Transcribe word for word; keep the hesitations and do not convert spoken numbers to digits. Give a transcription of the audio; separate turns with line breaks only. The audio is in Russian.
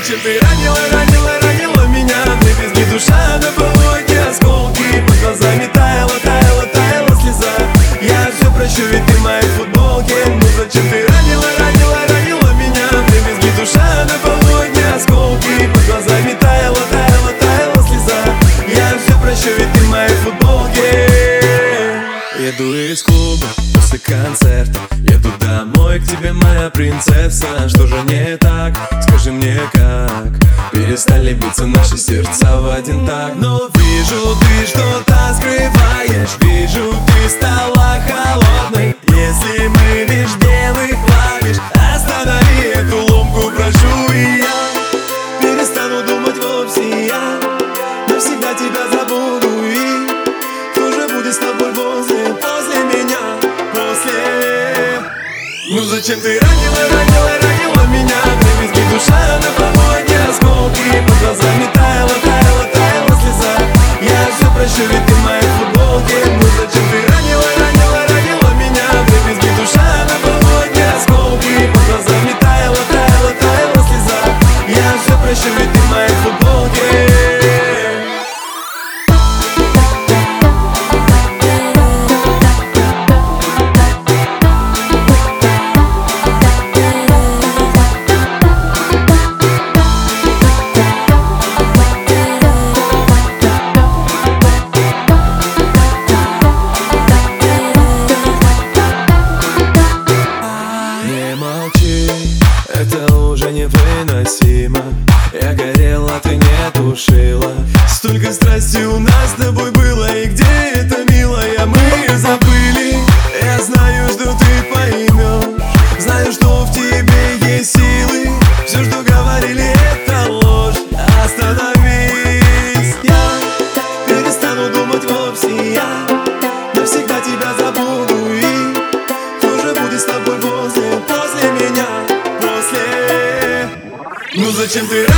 зачем ты ранила, ранила, ранила меня? Дребезги душа на полу, эти осколки. Под глазами таяла, таяла, таяла слеза. Я все прощу, ведь ты в моей футболке. Ну зачем ты ранила, ранила, ранила меня? Дребезги душа на полу, эти осколки. Под глазами таяла, таяла, таяла слеза. Я все прощу, ведь ты в моей футболке. Еду из клуба после концерта, еду домой к тебе, моя принцесса. Что же не так? Скажи мне как. Перестали биться наши сердца в один так. Но вижу, ты что-то скрываешь. Вижу, ты стала холодной. Если мы лишь белых клавиш, останови эту ломку, прошу. И я перестану думать вовсе. Я навсегда тебя забуду. И кто же будет с тобой возле, после меня, после? Ну зачем ты ранила, ранила, ранила меня? Дребезги душа на помойке, осколки. Под глазами таяла, таяла, таяла слеза. Я все прощу, ведь ты в моей футболке. Ну зачем ты ранила, ранила, ранила меня? Дребезги душа на помойке, осколки. Под глазами таяла, таяла, таяла слеза. Я все прощу, ведь ты в моей футболке. Это уже невыносимо. Я горел, а ты не тушила. Столько страсти у нас с тобой было. И где это, милая, мы забыли. Я знаю, что ты поймешь. Знаю, что в тебе есть силы. Все, что говорили, это ложь. Остановись. Я перестану думать вовсе. Я навсегда тебя забуду. И кто же будет с тобой возле, после меня? Ну зачем ты